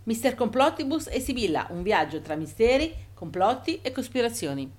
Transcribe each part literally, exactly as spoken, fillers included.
mister Complottibus e Sibilla, un viaggio tra misteri, complotti e cospirazioni.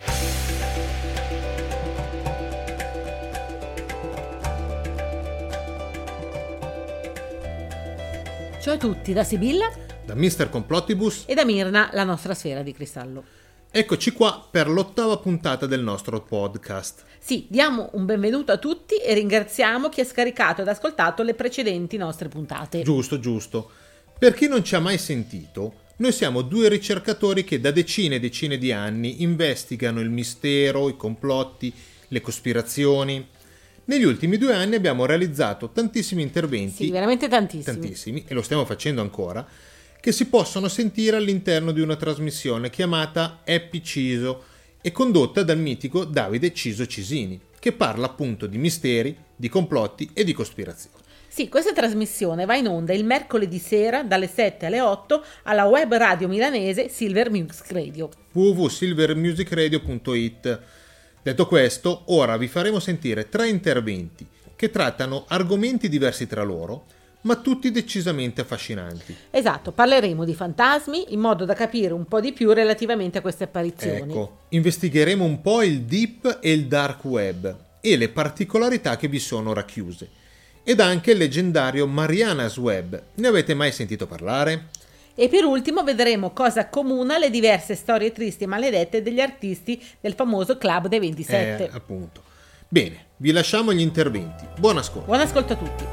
Ciao a tutti, da Sibilla, da mister Complottibus e da Mirna, la nostra sfera di cristallo. Eccoci qua per l'ottava puntata del nostro podcast. Sì, diamo un benvenuto a tutti e ringraziamo chi ha scaricato ed ascoltato le precedenti nostre puntate. Giusto, giusto. Per chi non ci ha mai sentito, noi siamo due ricercatori che da decine e decine di anni investigano il mistero, i complotti, le cospirazioni. Negli ultimi due anni abbiamo realizzato tantissimi interventi. Sì, veramente tantissimi. Tantissimi, e lo stiamo facendo ancora, che si possono sentire all'interno di una trasmissione chiamata Happy Ciso e condotta dal mitico Davide Ciso Cisini, che parla appunto di misteri, di complotti e di cospirazioni. Sì, questa trasmissione va in onda il mercoledì sera dalle sette alle otto alla web radio milanese Silver Music Radio. w w w punto silver music radio punto i t. Detto questo, ora vi faremo sentire tre interventi che trattano argomenti diversi tra loro, ma tutti decisamente affascinanti. Esatto, parleremo di fantasmi in modo da capire un po' di più relativamente a queste apparizioni. Ecco, investigheremo un po' il deep e il dark web e le particolarità che vi sono racchiuse. Ed anche il leggendario Mariana's Web. Ne avete mai sentito parlare? E per ultimo vedremo cosa accomuna le diverse storie tristi e maledette degli artisti del famoso Club dei ventisette. Eh, appunto. Bene, vi lasciamo gli interventi. Buon ascolto. Buon ascolto a tutti.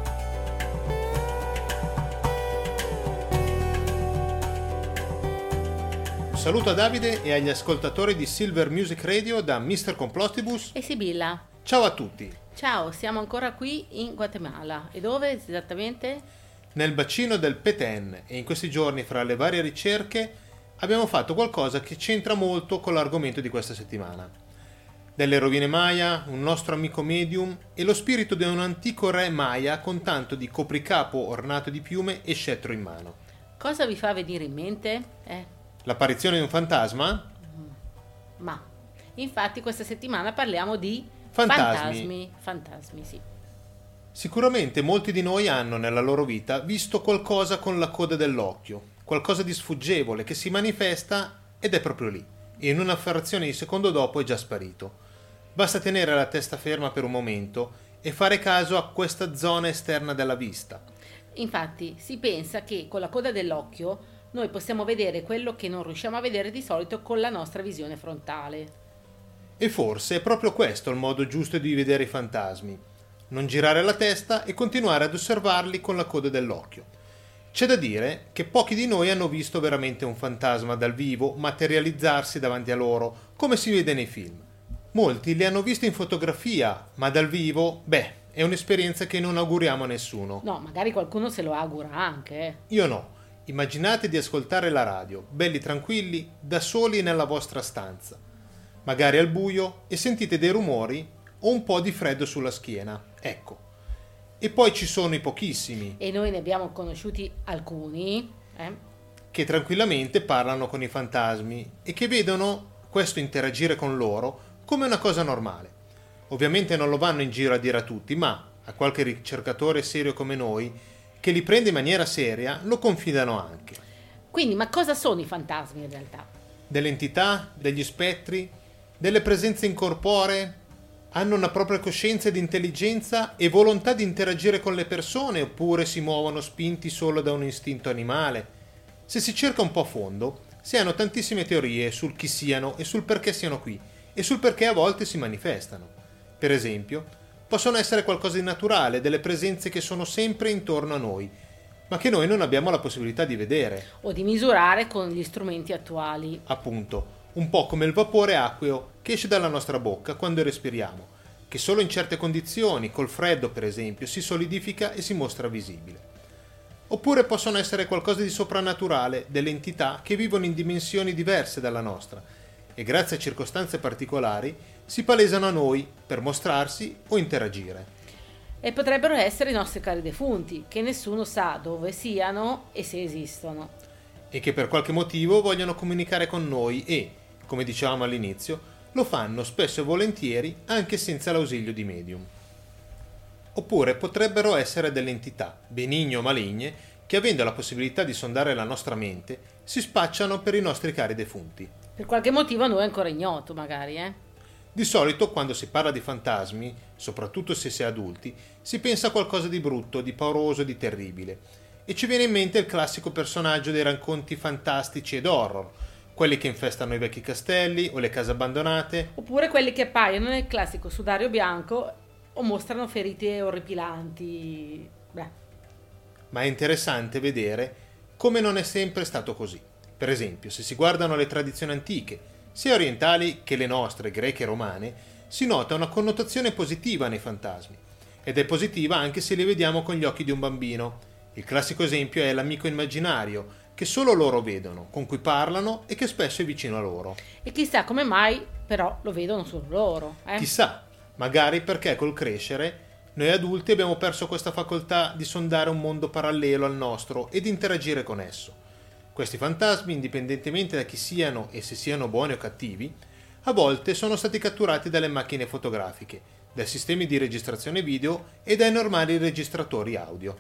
Un saluto a Davide e agli ascoltatori di Silver Music Radio da mister Complottibus e Sibilla. Ciao a tutti. Ciao, siamo ancora qui in Guatemala. E dove esattamente? Nel bacino del Petén, e in questi giorni fra le varie ricerche abbiamo fatto qualcosa che c'entra molto con l'argomento di questa settimana. Delle rovine Maya, un nostro amico medium e lo spirito di un antico re Maya con tanto di copricapo ornato di piume e scettro in mano. Cosa vi fa venire in mente? Eh? L'apparizione di un fantasma? Ma, infatti questa settimana parliamo di fantasmi. Fantasmi, fantasmi, sì. Sicuramente molti di noi hanno nella loro vita visto qualcosa con la coda dell'occhio, qualcosa di sfuggevole che si manifesta ed è proprio lì, e in una frazione di secondo dopo è già sparito. Basta tenere la testa ferma per un momento e fare caso a questa zona esterna della vista. Infatti si pensa che con la coda dell'occhio noi possiamo vedere quello che non riusciamo a vedere di solito con la nostra visione frontale. E forse è proprio questo il modo giusto di vedere i fantasmi. Non girare la testa e continuare ad osservarli con la coda dell'occhio. C'è da dire che pochi di noi hanno visto veramente un fantasma dal vivo materializzarsi davanti a loro, come si vede nei film. Molti li hanno visti in fotografia, ma dal vivo, beh, è un'esperienza che non auguriamo a nessuno. No, magari qualcuno se lo augura anche. Eh. Io no. Immaginate di ascoltare la radio, belli tranquilli, da soli nella vostra stanza, magari al buio, e sentite dei rumori o un po' di freddo sulla schiena. Ecco. E poi ci sono i pochissimi. E noi ne abbiamo conosciuti alcuni, eh? che tranquillamente parlano con i fantasmi e che vedono questo interagire con loro come una cosa normale. Ovviamente non lo vanno in giro a dire a tutti, ma a qualche ricercatore serio come noi, che li prende in maniera seria, lo confidano anche. Quindi, ma cosa sono i fantasmi in realtà? Delle entità, degli spettri, delle presenze incorporee? Hanno una propria coscienza ed intelligenza e volontà di interagire con le persone, oppure si muovono spinti solo da un istinto animale? Se si cerca un po' a fondo, si hanno tantissime teorie sul chi siano e sul perché siano qui, e sul perché a volte si manifestano. Per esempio, possono essere qualcosa di naturale, delle presenze che sono sempre intorno a noi, ma che noi non abbiamo la possibilità di vedere. O di misurare con gli strumenti attuali. Appunto, un po' come il vapore acqueo che esce dalla nostra bocca quando respiriamo, che solo in certe condizioni, col freddo per esempio, si solidifica e si mostra visibile. Oppure possono essere qualcosa di soprannaturale, delle entità che vivono in dimensioni diverse dalla nostra, e grazie a circostanze particolari si palesano a noi per mostrarsi o interagire. E potrebbero essere i nostri cari defunti, che nessuno sa dove siano e se esistono. E che per qualche motivo vogliono comunicare con noi e, come dicevamo all'inizio, lo fanno spesso e volentieri anche senza l'ausilio di medium. Oppure potrebbero essere delle entità, benigne o maligne, che, avendo la possibilità di sondare la nostra mente, si spacciano per i nostri cari defunti. Per qualche motivo a noi è ancora ignoto, magari, eh? Di solito, quando si parla di fantasmi, soprattutto se si è adulti, si pensa a qualcosa di brutto, di pauroso, di terribile. E ci viene in mente il classico personaggio dei racconti fantastici ed horror, quelli che infestano i vecchi castelli o le case abbandonate. Oppure quelli che appaiono nel classico sudario bianco o mostrano ferite orripilanti. Beh. Ma è interessante vedere come non è sempre stato così. Per esempio, se si guardano le tradizioni antiche, sia orientali che le nostre, greche e romane, si nota una connotazione positiva nei fantasmi. Ed è positiva anche se li vediamo con gli occhi di un bambino. Il classico esempio è l'amico immaginario, che solo loro vedono, con cui parlano e che spesso è vicino a loro. E chissà come mai, però, lo vedono solo loro. Eh? Chissà, magari perché col crescere noi adulti abbiamo perso questa facoltà di sondare un mondo parallelo al nostro e di interagire con esso. Questi fantasmi, indipendentemente da chi siano e se siano buoni o cattivi, a volte sono stati catturati dalle macchine fotografiche, dai sistemi di registrazione video e dai normali registratori audio.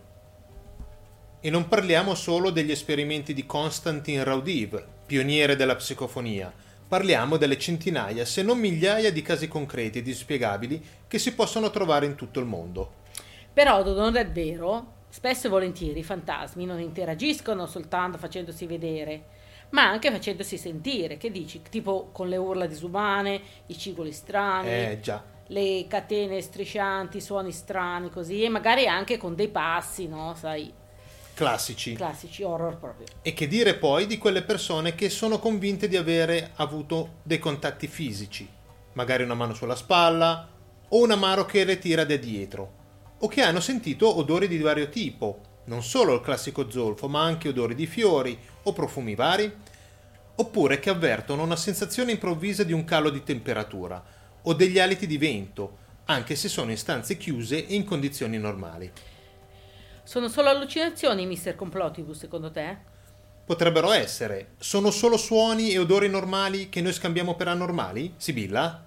E non parliamo solo degli esperimenti di Konstantin Raudiv, pioniere della psicofonia, parliamo delle centinaia, se non migliaia di casi concreti ed inspiegabili che si possono trovare in tutto il mondo. Però, ad onore del vero, spesso e volentieri i fantasmi non interagiscono soltanto facendosi vedere, ma anche facendosi sentire. Che dici? Tipo con le urla disumane, i cigoli strani, Eh già. le catene striscianti, suoni strani così, e magari anche con dei passi, no? Sai, Classici. classici horror proprio. E che dire poi di quelle persone che sono convinte di avere avuto dei contatti fisici, magari una mano sulla spalla o una mano che le tira da dietro, o che hanno sentito odori di vario tipo, non solo il classico zolfo, ma anche odori di fiori o profumi vari, oppure che avvertono una sensazione improvvisa di un calo di temperatura o degli aliti di vento, anche se sono in stanze chiuse e in condizioni normali. Sono solo allucinazioni, mister Complotibus, secondo te? Potrebbero essere. Sono solo suoni e odori normali che noi scambiamo per anormali? Sibilla?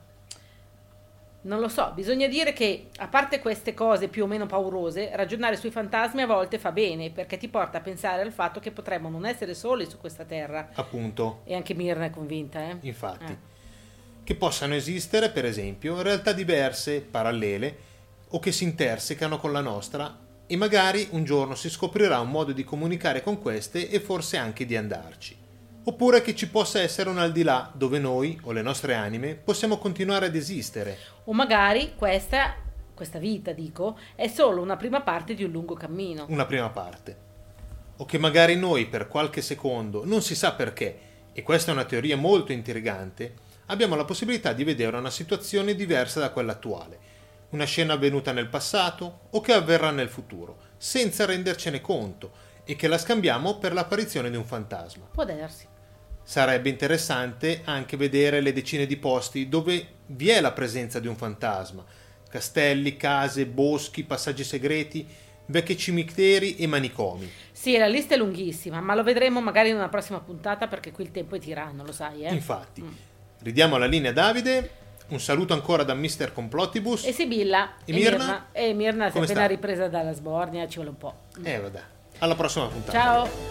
Non lo so, bisogna dire che, a parte queste cose più o meno paurose, ragionare sui fantasmi a volte fa bene, perché ti porta a pensare al fatto che potremmo non essere soli su questa terra. Appunto. E anche Mirna è convinta, eh? Infatti. Eh. Che possano esistere, per esempio, realtà diverse, parallele, o che si intersecano con la nostra, e magari un giorno si scoprirà un modo di comunicare con queste e forse anche di andarci. Oppure che ci possa essere un al di là dove noi, o le nostre anime, possiamo continuare ad esistere. O magari questa, questa vita, dico, è solo una prima parte di un lungo cammino. Una prima parte. O che magari noi, per qualche secondo, non si sa perché, e questa è una teoria molto intrigante, abbiamo la possibilità di vedere una situazione diversa da quella attuale, una scena avvenuta nel passato o che avverrà nel futuro, senza rendercene conto, e che la scambiamo per l'apparizione di un fantasma. Può darsi. Sarebbe interessante anche vedere le decine di posti dove vi è la presenza di un fantasma: castelli, case, boschi, passaggi segreti, vecchi cimiteri e manicomi. Sì, la lista è lunghissima, ma lo vedremo magari in una prossima puntata, perché qui il tempo è tiranno, lo sai, eh? Infatti. Mm. Ridiamo la linea a Davide. Un saluto ancora da mister Complotibus. E Sibilla. E Mirna? E Mirna si è Come appena sta? ripresa dalla sbornia, ci vuole un po'. Eh, vabbè. Alla prossima puntata. Ciao!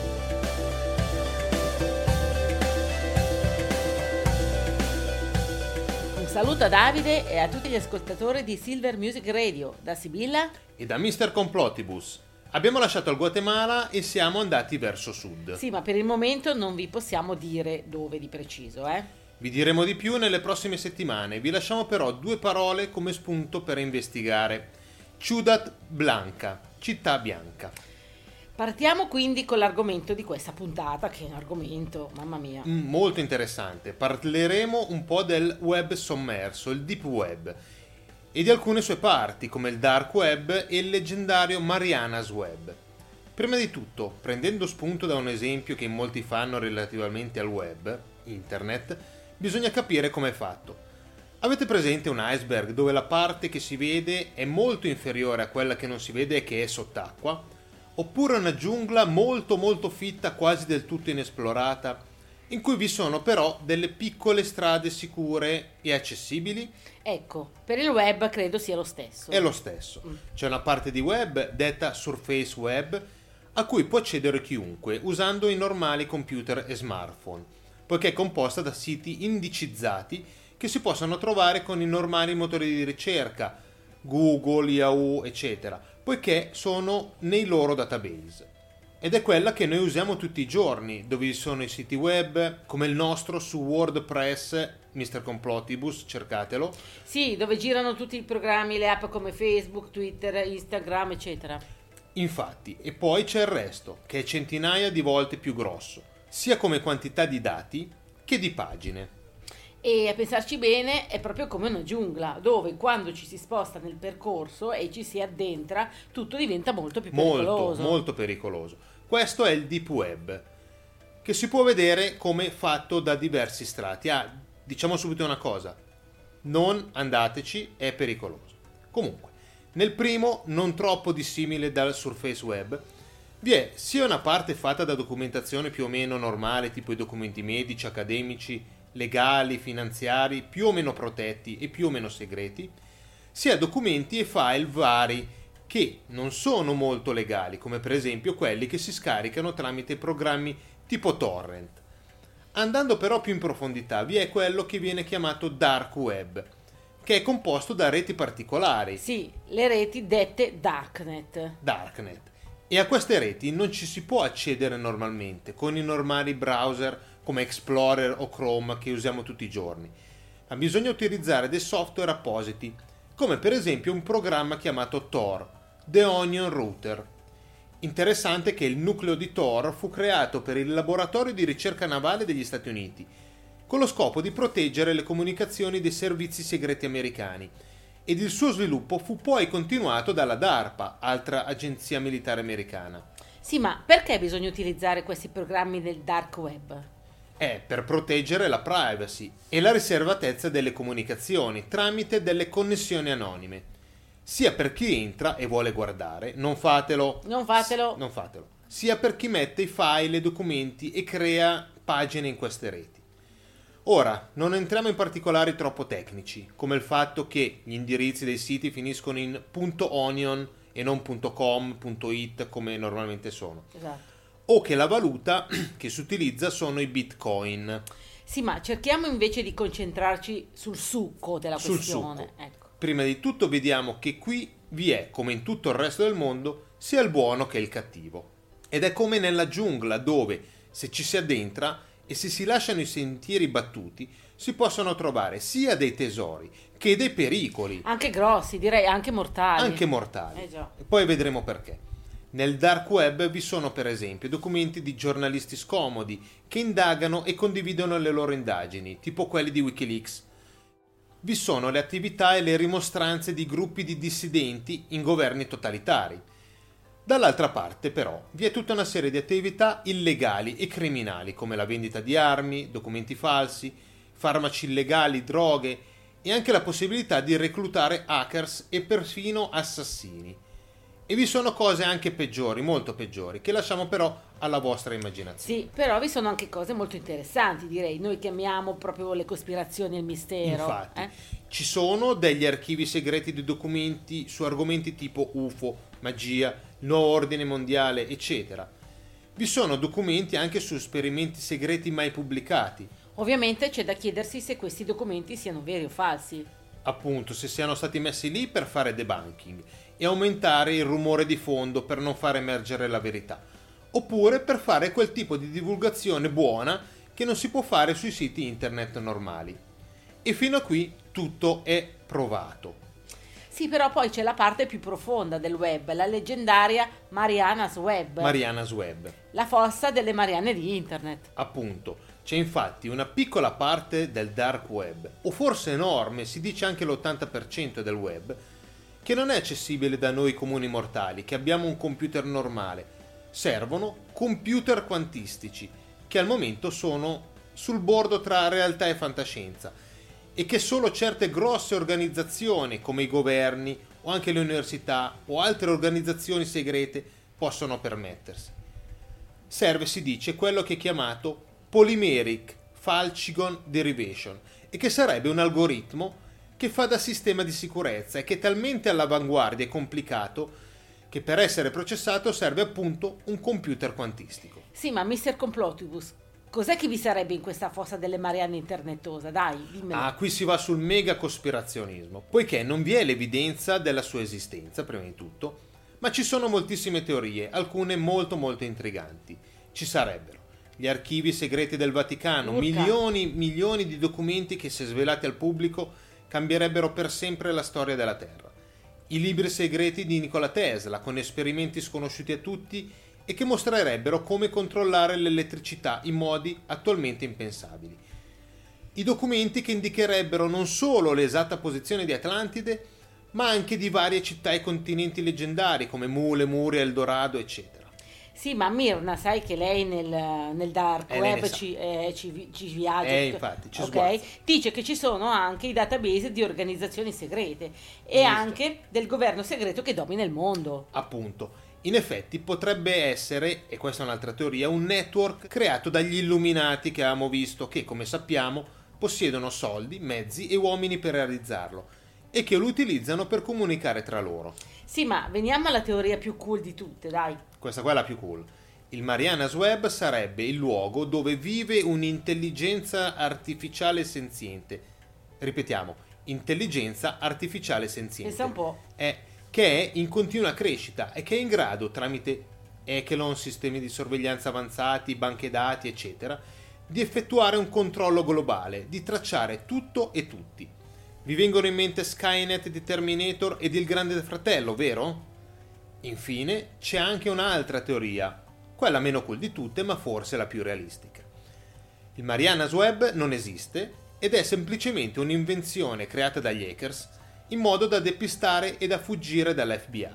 Un saluto a Davide e a tutti gli ascoltatori di Silver Music Radio, da Sibilla E da mister Complotibus. Abbiamo lasciato il Guatemala e siamo andati verso sud. Sì, ma per il momento non vi possiamo dire dove di preciso, eh? Vi diremo di più nelle prossime settimane. Vi lasciamo però due parole come spunto per investigare. Ciutat Blanca, città bianca. Partiamo quindi con l'argomento di questa puntata, che è un argomento, mamma mia. Mm, molto interessante. Parleremo un po' del web sommerso, il deep web, e di alcune sue parti, come il dark web e il leggendario Mariana's Web. Prima di tutto, prendendo spunto da un esempio che in molti fanno relativamente al web, internet, bisogna capire come è fatto. Avete presente un iceberg dove la parte che si vede è molto inferiore a quella che non si vede e che è sott'acqua? Oppure una giungla molto molto fitta, quasi del tutto inesplorata, in cui vi sono però delle piccole strade sicure e accessibili? Ecco, per il web credo sia lo stesso. È lo stesso. C'è una parte di web detta surface web, a cui può accedere chiunque usando i normali computer e smartphone, poiché è composta da siti indicizzati che si possono trovare con i normali motori di ricerca, Google, Yahoo, eccetera, poiché sono nei loro database. Ed è quella che noi usiamo tutti i giorni, dove sono i siti web, come il nostro su WordPress, mister Complotibus, cercatelo. Sì, dove girano tutti i programmi, le app come Facebook, Twitter, Instagram, eccetera. Infatti, e poi c'è il resto, che è centinaia di volte più grosso, sia come quantità di dati che di pagine. E a pensarci bene è proprio come una giungla, dove quando ci si sposta nel percorso e ci si addentra, tutto diventa molto più pericoloso. Molto, molto pericoloso. Questo è il Deep Web, che si può vedere come fatto da diversi strati. Ah, diciamo subito una cosa, non andateci, è pericoloso. Comunque, nel primo, non troppo dissimile dal Surface Web, vi è sia una parte fatta da documentazione più o meno normale, tipo i documenti medici, accademici, legali, finanziari, più o meno protetti e più o meno segreti, sia documenti e file vari che non sono molto legali, come per esempio quelli che si scaricano tramite programmi tipo torrent. Andando però più in profondità, vi è quello che viene chiamato Dark Web, che è composto da reti particolari. Sì, le reti dette Darknet. Darknet. E a queste reti non ci si può accedere normalmente con i normali browser come Explorer o Chrome che usiamo tutti i giorni, ma bisogna utilizzare dei software appositi, come per esempio un programma chiamato Tor, The Onion Router. Interessante che il nucleo di Tor fu creato per il laboratorio di ricerca navale degli Stati Uniti, con lo scopo di proteggere le comunicazioni dei servizi segreti americani, ed il suo sviluppo fu poi continuato dalla DARPA, altra agenzia militare americana. Sì, ma perché bisogna utilizzare questi programmi del dark web? È per proteggere la privacy e la riservatezza delle comunicazioni tramite delle connessioni anonime, sia per chi entra e vuole guardare, non fatelo, Non fatelo. non fatelo, sia per chi mette i file e documenti e crea pagine in queste reti. Ora, non entriamo in particolari troppo tecnici, come il fatto che gli indirizzi dei siti finiscono in .onion e non .com, .it come normalmente sono, Esatto. o che la valuta che si utilizza sono i bitcoin. Sì, ma cerchiamo invece di concentrarci sul succo della Sul questione. succo. Ecco. Prima di tutto vediamo che qui vi è, come in tutto il resto del mondo, sia il buono che il cattivo. Ed è come nella giungla dove, se ci si addentra e se si lasciano i sentieri battuti, si possono trovare sia dei tesori che dei pericoli. Anche grossi, direi anche mortali. Anche mortali. Eh già. E poi vedremo perché. Nel dark web vi sono per esempio documenti di giornalisti scomodi che indagano e condividono le loro indagini, tipo quelli di Wikileaks. Vi sono le attività e le rimostranze di gruppi di dissidenti in governi totalitari. Dall'altra parte, però, vi è tutta una serie di attività illegali e criminali, come la vendita di armi, documenti falsi, farmaci illegali, droghe e anche la possibilità di reclutare hackers e perfino assassini. E vi sono cose anche peggiori, molto peggiori, che lasciamo però alla vostra immaginazione. Sì, però vi sono anche cose molto interessanti, direi. Noi chiamiamo proprio le cospirazioni e il mistero. Infatti, eh? ci sono degli archivi segreti di documenti su argomenti tipo U F O, magia, nuovo ordine mondiale, eccetera. Vi sono documenti anche su esperimenti segreti mai pubblicati. Ovviamente c'è da chiedersi se questi documenti siano veri o falsi. Appunto, se siano stati messi lì per fare debunking e aumentare il rumore di fondo per non far emergere la verità, oppure per fare quel tipo di divulgazione buona che non si può fare sui siti internet normali. E fino a qui tutto è provato. Sì, però poi c'è la parte più profonda del web, la leggendaria Mariana's Web, Mariana's Web. la fossa delle Marianne di internet. Appunto, c'è infatti una piccola parte del dark web, o forse enorme, si dice anche l'ottanta per cento del web, che non è accessibile da noi comuni mortali, che abbiamo un computer normale. Servono computer quantistici, che al momento sono sul bordo tra realtà e fantascienza, e che solo certe grosse organizzazioni, come i governi, o anche le università, o altre organizzazioni segrete, possono permettersi. Serve, si dice, quello che è chiamato Polymeric Falchigon Derivation, e che sarebbe un algoritmo che fa da sistema di sicurezza e che è talmente all'avanguardia e complicato che per essere processato serve appunto un computer quantistico. Sì, ma mister Complotibus, cos'è che vi sarebbe in questa fossa delle Marianne internettosa? Dai, dimmelo. Ah, qui si va sul mega cospirazionismo, poiché non vi è l'evidenza della sua esistenza, prima di tutto, ma ci sono moltissime teorie, alcune molto molto intriganti. Ci sarebbero gli archivi segreti del Vaticano, Urca. milioni, milioni di documenti che, se svelati al pubblico, cambierebbero per sempre la storia della Terra. I libri segreti di Nikola Tesla, con esperimenti sconosciuti a tutti e che mostrerebbero come controllare l'elettricità in modi attualmente impensabili. I documenti che indicherebbero non solo l'esatta posizione di Atlantide, ma anche di varie città e continenti leggendari come Mu, Lemuria, Eldorado, eccetera. Sì, ma Mirna, sai che lei nel, nel dark Eh, lei ne web sa. ci, eh, ci, ci viaggia. Eh, infatti, ci ok? sguazza. Dice che ci sono anche i database di organizzazioni segrete e Giusto. anche del governo segreto che domina il mondo. Appunto. In effetti potrebbe essere, e questa è un'altra teoria, un network creato dagli Illuminati che avevamo visto, che, come sappiamo, possiedono soldi, mezzi e uomini per realizzarlo e che lo utilizzano per comunicare tra loro. Sì, ma veniamo alla teoria più cool di tutte, dai. Questa qua è la più cool. Il Marianas Web sarebbe il luogo dove vive un'intelligenza artificiale senziente. Ripetiamo, intelligenza artificiale senziente. Pensa un po'. È, che è in continua crescita e che è in grado, tramite Echelon, sistemi di sorveglianza avanzati, banche dati, eccetera, di effettuare un controllo globale, di tracciare tutto e tutti. Vi vengono in mente Skynet di Terminator ed il Grande Fratello, vero? Infine, c'è anche un'altra teoria, quella meno cool di tutte, ma forse la più realistica. Il Marianas Web non esiste ed è semplicemente un'invenzione creata dagli hackers in modo da depistare e da fuggire dall'F B I.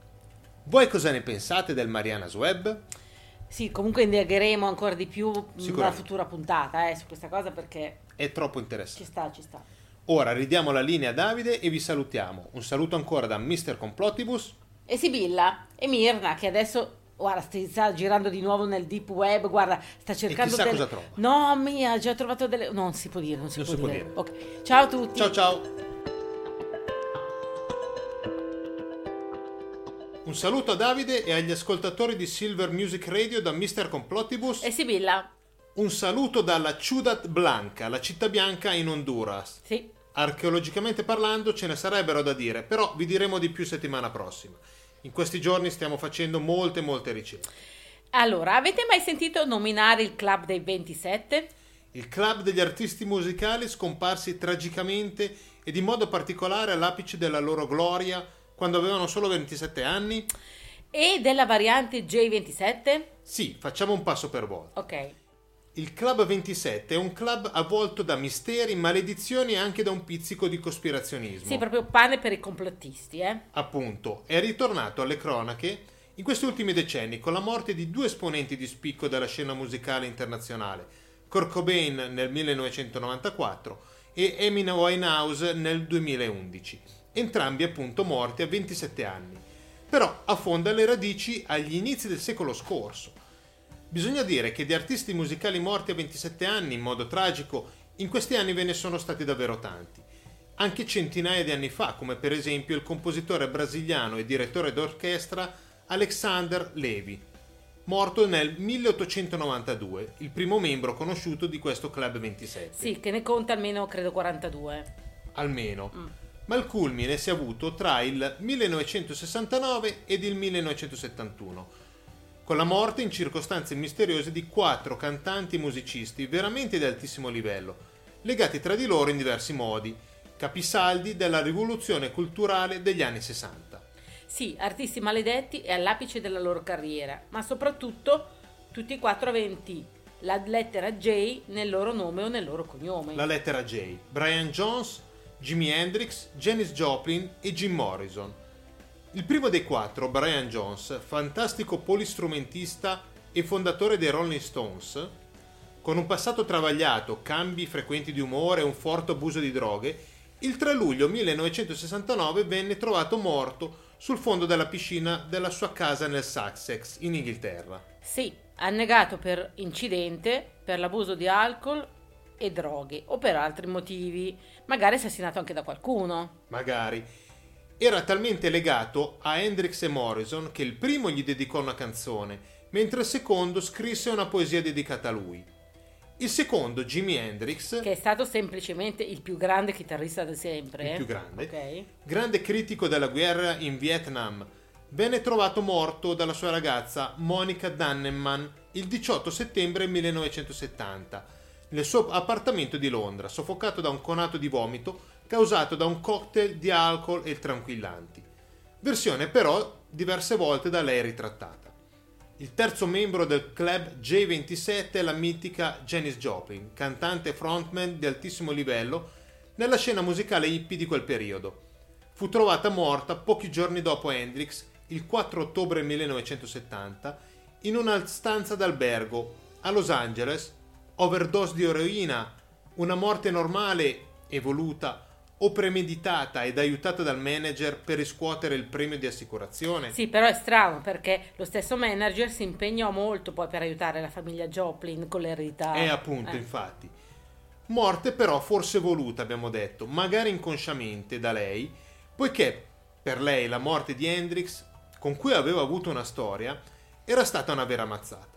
Voi cosa ne pensate del Marianas Web? Sì, comunque indagheremo ancora di più nella Sicuramente. futura puntata eh, su questa cosa perché È troppo ci interessante. sta, ci sta. Ora ridiamo la linea a Davide e vi salutiamo. Un saluto ancora da mister Complotibus. E Sibilla e Mirna che adesso, guarda, sta, sta girando di nuovo nel deep web, guarda, sta cercando chissà delle... cosa trova. No, mia, ha già trovato delle... Non si può dire, non si, Non può, si può dire. dire. Ok. Ciao a tutti. Ciao ciao. Un saluto a Davide e agli ascoltatori di Silver Music Radio da mister Complotibus. E Sibilla. Un saluto dalla Ciudad Blanca, la città bianca in Honduras. Sì. Archeologicamente parlando ce ne sarebbero da dire, però vi diremo di più settimana prossima. In questi giorni stiamo facendo molte molte ricerche. Allora, avete mai sentito nominare il Club dei ventisette? Il club degli artisti musicali scomparsi tragicamente ed in modo particolare all'apice della loro gloria quando avevano solo ventisette anni? E della variante J ventisette? Sì, facciamo un passo per volta. Ok. Il Club ventisette è un club avvolto da misteri, maledizioni e anche da un pizzico di cospirazionismo. Sì, proprio pane per i complottisti, eh? Appunto, è ritornato alle cronache in questi ultimi decenni con la morte di due esponenti di spicco della scena musicale internazionale, Kurt Cobain nel millenovecentonovantaquattro e Amy Winehouse nel duemilaundici, entrambi appunto morti a ventisette anni. Però affonda le radici agli inizi del secolo scorso. Bisogna dire che di artisti musicali morti a ventisette anni in modo tragico, in questi anni ve ne sono stati davvero tanti. Anche centinaia di anni fa, come per esempio il compositore brasiliano e direttore d'orchestra Alexander Levy, morto nel milleottocentonovantadue, il primo membro conosciuto di questo Club ventisette. Sì, che ne conta almeno, credo, quarantadue. Almeno. Mm. Ma il culmine si è avuto tra il millenovecentosessantanove ed il millenovecentosettantuno, con la morte in circostanze misteriose di quattro cantanti e musicisti veramente di altissimo livello, legati tra di loro in diversi modi, capisaldi della rivoluzione culturale degli anni sessanta. Sì, artisti maledetti e all'apice della loro carriera, ma soprattutto tutti e quattro aventi la lettera J nel loro nome o nel loro cognome. La lettera J. Brian Jones, Jimi Hendrix, Janis Joplin e Jim Morrison. Il primo dei quattro, Brian Jones, fantastico polistrumentista e fondatore dei Rolling Stones, con un passato travagliato, cambi frequenti di umore e un forte abuso di droghe, il tre luglio millenovecentosessantanove venne trovato morto sul fondo della piscina della sua casa nel Sussex, in Inghilterra. Sì, annegato per incidente, per l'abuso di alcol e droghe o per altri motivi, magari assassinato anche da qualcuno. Magari. era talmente legato a Hendrix e Morrison che il primo gli dedicò una canzone, mentre il secondo scrisse una poesia dedicata a lui. Il secondo, Jimi Hendrix, che è stato semplicemente il più grande chitarrista di sempre. Il più grande. Okay. Grande critico della guerra in Vietnam, venne trovato morto dalla sua ragazza Monica Danneman il diciotto settembre millenovecentosettanta nel suo appartamento di Londra, soffocato da un conato di vomito causato da un cocktail di alcol e tranquillanti. Versione però diverse volte da lei ritrattata. Il terzo membro del club J ventisette è la mitica Janis Joplin, cantante e frontman di altissimo livello nella scena musicale hippie di quel periodo. Fu trovata morta pochi giorni dopo Hendrix, il quattro ottobre millenovecentosettanta, in una stanza d'albergo a Los Angeles, overdose di eroina, una morte normale e voluta o premeditata ed aiutata dal manager per riscuotere il premio di assicurazione. Sì, però è strano perché lo stesso manager si impegnò molto poi per aiutare la famiglia Joplin con l'eredità. Eh, appunto, eh. infatti. Morte però forse voluta, abbiamo detto, magari inconsciamente da lei, poiché per lei la morte di Hendrix, con cui aveva avuto una storia, era stata una vera mazzata.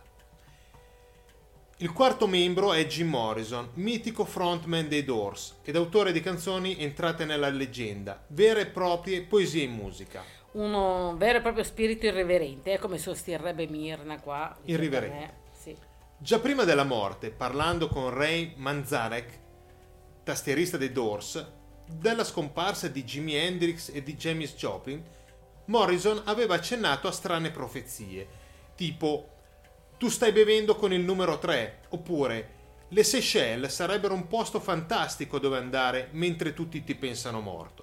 Il quarto membro è Jim Morrison, mitico frontman dei Doors ed autore di canzoni entrate nella leggenda, vere e proprie poesie in musica. Uno vero e proprio spirito irreverente, è come sosterrebbe Mirna qua. Irriverente. Sì. Già prima della morte, parlando con Ray Manzarek, tastierista dei Doors, della scomparsa di Jimi Hendrix e di Janis Joplin, Morrison aveva accennato a strane profezie, tipo tu stai bevendo con il numero tre, oppure le Seychelles sarebbero un posto fantastico dove andare mentre tutti ti pensano morto.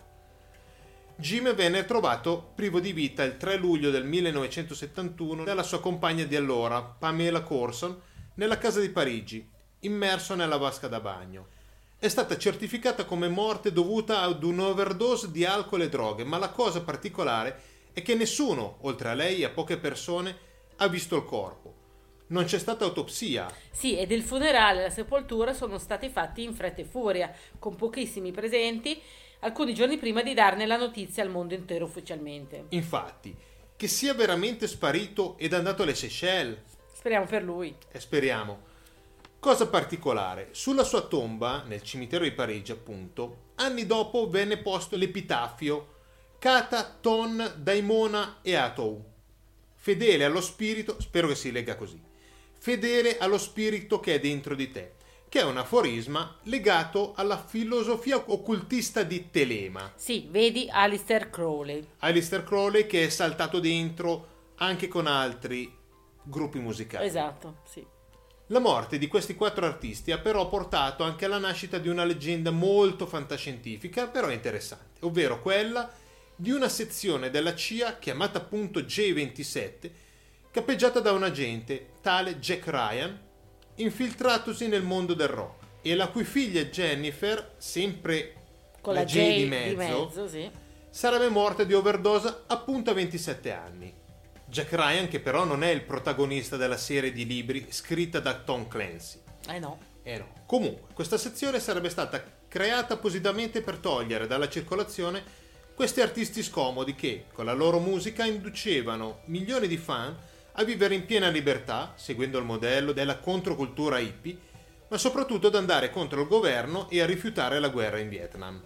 Jim venne trovato privo di vita il tre luglio del millenovecentosettantuno dalla sua compagna di allora, Pamela Corson, nella casa di Parigi, immerso nella vasca da bagno. È stata certificata come morte dovuta ad un'overdose di alcol e droghe, ma la cosa particolare è che nessuno, oltre a lei e a poche persone, ha visto il corpo. Non c'è stata autopsia. Sì, ed il funerale e la sepoltura sono stati fatti in fretta e furia, con pochissimi presenti, alcuni giorni prima di darne la notizia al mondo intero ufficialmente. Infatti, che sia veramente sparito ed andato alle Seychelles. Speriamo per lui. E speriamo. Cosa particolare, sulla sua tomba, nel cimitero di Parigi appunto, anni dopo venne posto l'epitafio Cata ton daimona e atou, fedele allo spirito, spero che si legga così, fedele allo spirito che è dentro di te, che è un aforisma legato alla filosofia occultista di Telema. Sì, vedi Aleister Crowley. Aleister Crowley che è saltato dentro anche con altri gruppi musicali. Esatto, sì. La morte di questi quattro artisti ha però portato anche alla nascita di una leggenda molto fantascientifica, però interessante, ovvero quella di una sezione della C I A chiamata appunto J ventisette, capeggiata da un agente, tale Jack Ryan, infiltratosi nel mondo del rock, e la cui figlia Jennifer, sempre con la la J, J di mezzo, di mezzo sì. sarebbe morta di overdose appunto a ventisette anni. Jack Ryan, che però non è il protagonista della serie di libri scritta da Tom Clancy. Eh no. Eh no. Comunque, questa sezione sarebbe stata creata appositamente per togliere dalla circolazione questi artisti scomodi che, con la loro musica, inducevano milioni di fan a vivere in piena libertà, seguendo il modello della controcultura hippie, ma soprattutto ad andare contro il governo e a rifiutare la guerra in Vietnam.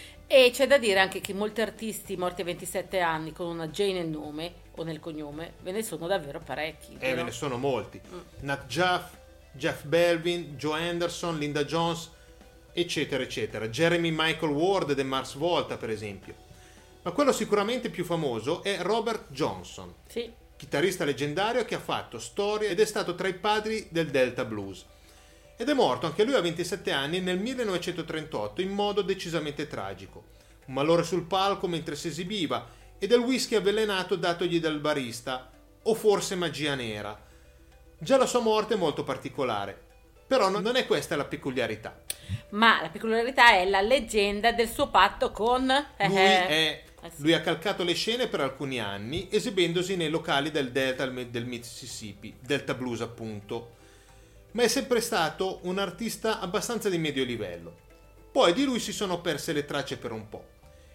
E c'è da dire anche che molti artisti morti a ventisette anni con una J nel nome o nel cognome ve ne sono davvero parecchi. E però. ve ne sono molti. Mm. Nat Jaff, Jeff Belvin, Joe Anderson, Linda Jones, eccetera, eccetera. Jeremy Michael Ward e Mars Volta, per esempio. Ma quello sicuramente più famoso è Robert Johnson, Sì. chitarrista leggendario che ha fatto storia ed è stato tra i padri del Delta Blues. Ed è morto anche lui a ventisette anni nel millenovecentotrentotto in modo decisamente tragico. Un malore sul palco mentre si esibiva e del whisky avvelenato datogli dal barista, o forse magia nera. Già la sua morte è molto particolare, però non è questa la peculiarità. Ma la peculiarità è la leggenda del suo patto con... Lui, è, Eh sì. lui ha calcato le scene per alcuni anni, esibendosi nei locali del Delta del Mississippi, Delta Blues appunto, ma è sempre stato un artista abbastanza di medio livello. Poi di lui si sono perse le tracce per un po'.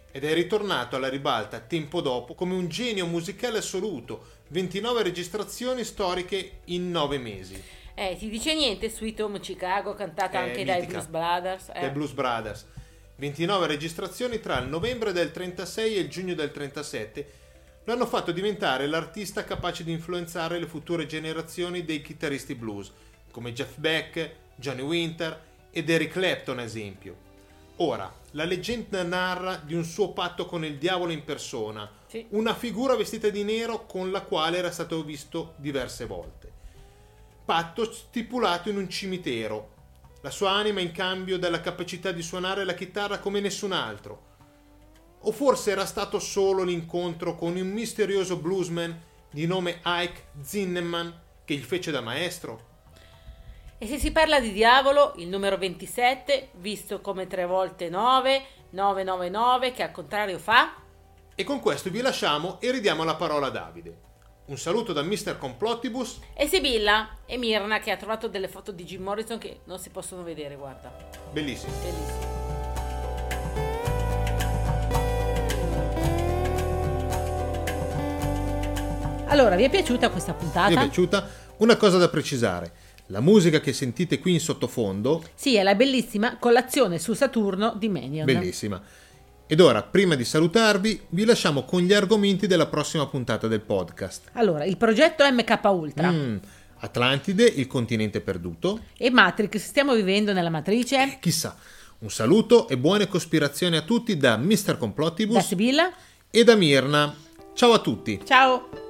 ed è ritornato alla ribalta tempo dopo come un genio musicale assoluto, ventinove registrazioni storiche in nove mesi. Eh, ti dice niente Sweet Home Chicago, cantata È anche dai mitica. Blues Brothers? Eh. Dai Blues Brothers. ventinove registrazioni tra il novembre del trentasei e il giugno del trentasette lo hanno fatto diventare l'artista capace di influenzare le future generazioni dei chitarristi blues, come Jeff Beck, Johnny Winter ed Eric Clapton, ad esempio. Ora, la leggenda narra di un suo patto con il diavolo in persona, Sì. una figura vestita di nero con la quale era stato visto diverse volte. Patto stipulato in un cimitero. La sua anima in cambio della capacità di suonare la chitarra come nessun altro. O forse era stato solo l'incontro con un misterioso bluesman di nome Ike Zinnemann che gli fece da maestro? E se si parla di diavolo, il numero ventisette, visto come tre volte nove, nove nove nove, che al contrario fa? E con questo vi lasciamo e ridiamo la parola a Davide. Un saluto da mister Complottibus E Sibilla e Mirna, che ha trovato delle foto di Jim Morrison che non si possono vedere, guarda. bellissimo. Bellissimo. Allora, vi è piaciuta questa puntata? Vi è piaciuta? Una cosa da precisare. La musica che sentite qui in sottofondo, Sì, è la bellissima Colazione su Saturno di Menion. bellissima. Ed ora, prima di salutarvi, vi lasciamo con gli argomenti della prossima puntata del podcast. Allora, il progetto M K Ultra Mm, Atlantide, il continente perduto. e Matrix, stiamo vivendo nella matrice? Chissà. Un saluto e buone cospirazioni a tutti da mister Da Complottibus Sibilla? e da Mirna. Ciao a tutti! Ciao!